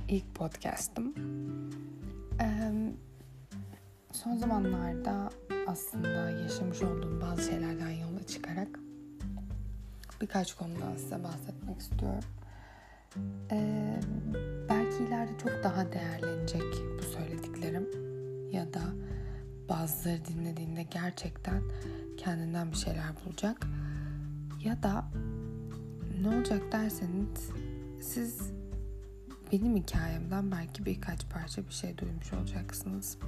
ilk podcast'ım. Son zamanlarda aslında yaşamış olduğum bazı şeylerden yola çıkarak birkaç konudan size bahsetmek istiyorum. Belki ileride çok daha değerlenecek bu söylediklerim ya da bazıları dinlediğinde gerçekten kendinden bir şeyler bulacak ya da ne olacak derseniz siz benim hikayemden belki birkaç parça bir şey duymuş olacaksınız.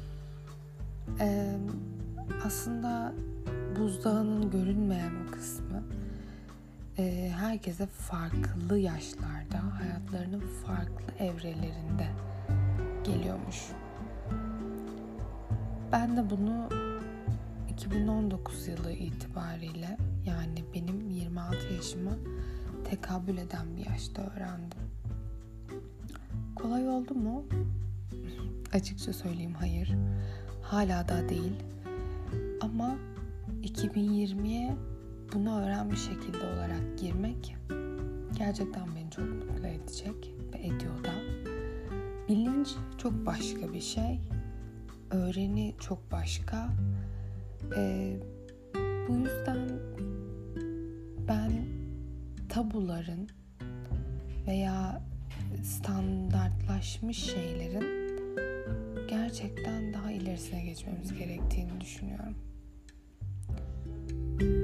Aslında buzdağının görünmeyen o kısmı herkese farklı yaşlarda, hayatlarının farklı evrelerinde geliyormuş. Ben de bunu 2019 yılı itibariyle, yani benim 26 yaşıma tekabül eden bir yaşta öğrendim. Kolay oldu mu? Açıkça söyleyeyim, hayır. Hala da değil. Ama 2020'ye bunu öğrenmiş şekilde olarak girmek gerçekten beni çok mutlu edecek ve ediyor da. Bilinç çok başka bir şey. Öğreni çok başka. Bu yüzden ben tabuların veya standartlaşmış şeylerin gerçekten daha ilerisine geçmemiz gerektiğini düşünüyorum.